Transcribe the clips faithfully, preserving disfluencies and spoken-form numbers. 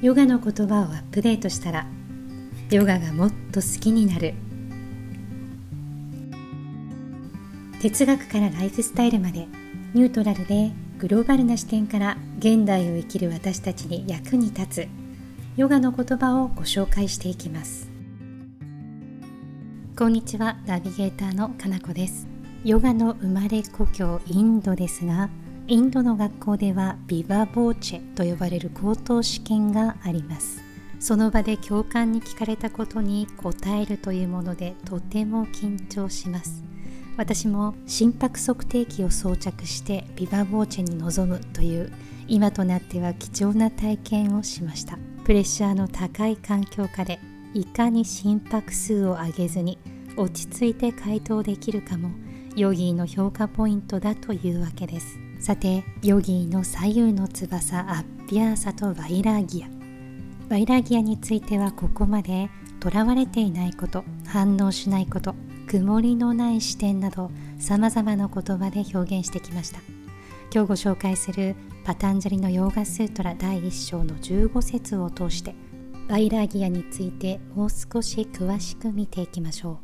ヨガの言葉をアップデートしたらヨガがもっと好きになる。哲学からライフスタイルまでニュートラルでグローバルな視点から現代を生きる私たちに役に立つヨガの言葉をご紹介していきます。こんにちは、ナビゲーターのかなこです。ヨガの生まれ故郷インドですが、インドの学校ではビバボーチェと呼ばれる口頭試験があります。その場で教官に聞かれたことに答えるというものでとても緊張します。私も心拍測定器を装着してビバボーチェに臨むという今となっては貴重な体験をしました。プレッシャーの高い環境下でいかに心拍数を上げずに落ち着いて回答できるかもヨギーの評価ポイントだというわけです。さて、ヨギーの左右の翼アッピャーサとバイラーギアバイラーギアについてはここまでとらわれていないこと、反応しないこと、曇りのない視点などさまざまな言葉で表現してきました。今日ご紹介するパタンジャリのヨーガスートラだいいっ章のじゅうご節を通してバイラーギアについてもう少し詳しく見ていきましょう。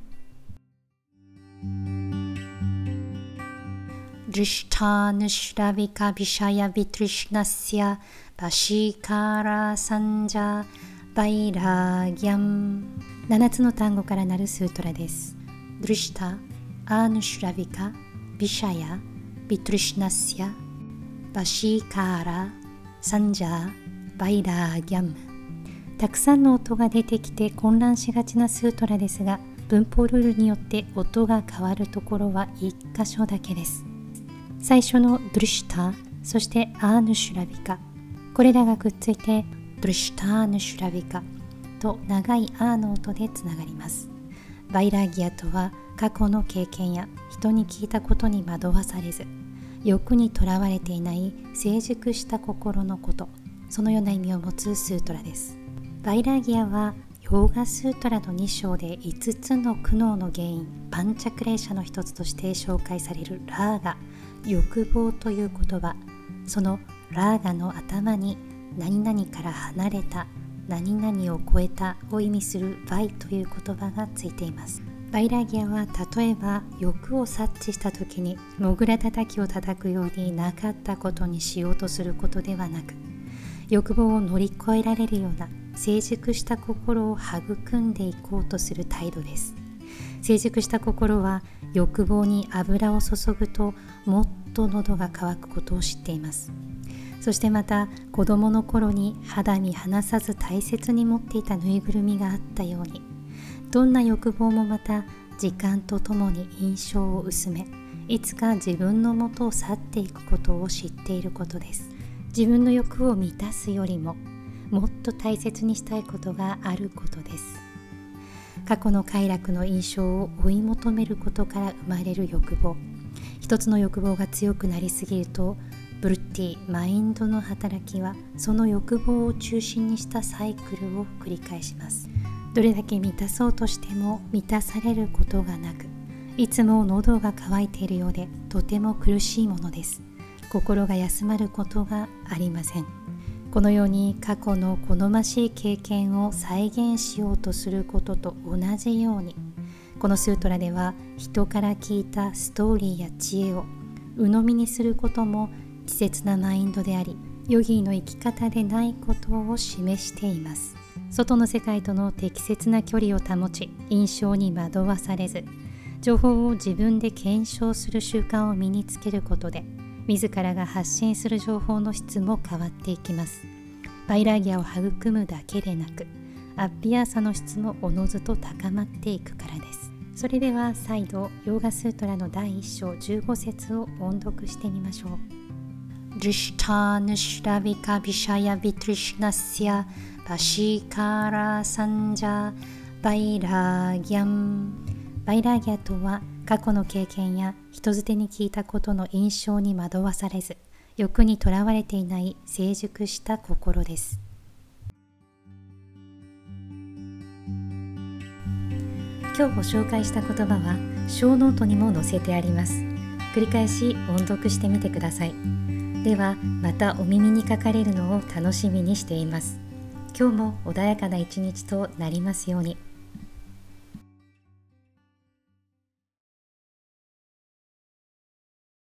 ドゥシタヌシラビカビシャヤビトリシナスヤバシーカラサンジャバイラーギャン。ななつの単語からなるスートラです。ドゥシタ、アヌシュラビカ、ビシャヤ、ビトリシナスヤ、バシーカーラ、サンジャー、バイラーギャム。たくさんの音が出てきて混乱しがちなスートラですが、文法ルールによって音が変わるところはいっ箇所だけです。最初のドゥシタ、そしてアーヌシュラビカ、これらがくっついてドゥシターヌシュラビカと長いアーの音でつながります。バイラーギアとは過去の経験や人に聞いたことに惑わされず欲にとらわれていない成熟した心のこと、そのような意味を持つスートラです。バイラーギアはヨーガスートラのに章でいつつの苦悩の原因パンチャクレーシャの一つとして紹介されるラーガ、欲望という言葉、そのラーガの頭に何々から離れた、何々を超えたを意味するバイという言葉がついています。バイラーギアは例えば欲を察知した時にモグラ叩きを叩くようになかったことにしようとすることではなく、欲望を乗り越えられるような成熟した心を育んでいこうとする態度です。成熟した心は欲望に油を注ぐともっと喉が渇くことを知っています。そしてまた子供の頃に肌身離さず大切に持っていたぬいぐるみがあったように、どんな欲望もまた時間とともに印象を薄め、いつか自分の元を去っていくことを知っていることです。自分の欲を満たすよりももっと大切にしたいことがあることです。過去の快楽の印象を追い求めることから生まれる欲望、一つの欲望が強くなりすぎるとブルッティ、マインドの働きはその欲望を中心にしたサイクルを繰り返します。どれだけ満たそうとしても満たされることがなく、いつも喉が渇いているようでとても苦しいものです。心が休まることがありません。このように過去の好ましい経験を再現しようとすることと同じように、このスートラでは人から聞いたストーリーや知恵を鵜呑みにすることも稚拙なマインドであり、ヨギーの生き方でないことを示しています。外の世界との適切な距離を保ち、印象に惑わされず、情報を自分で検証する習慣を身につけることで、自らが発信する情報の質も変わっていきます。バイラーギアを育むだけでなく、アッピアーサの質もおのずと高まっていくからです。それでは再度ヨーガスートラのだいいっ章じゅうご節を音読してみましょう。ドゥシタヌシラビカビシャヤビトリシナスヤバシーカーラサンジャバイラーギャン。バイラーギャとは過去の経験や人づてに聞いたことの印象に惑わされず、欲にとらわれていない成熟した心です。今日ご紹介した言葉は小ノートにも載せてあります。繰り返し音読してみてください。ではまたお耳にかかれるのを楽しみにしています。 今日も穏やかな一日となりますように。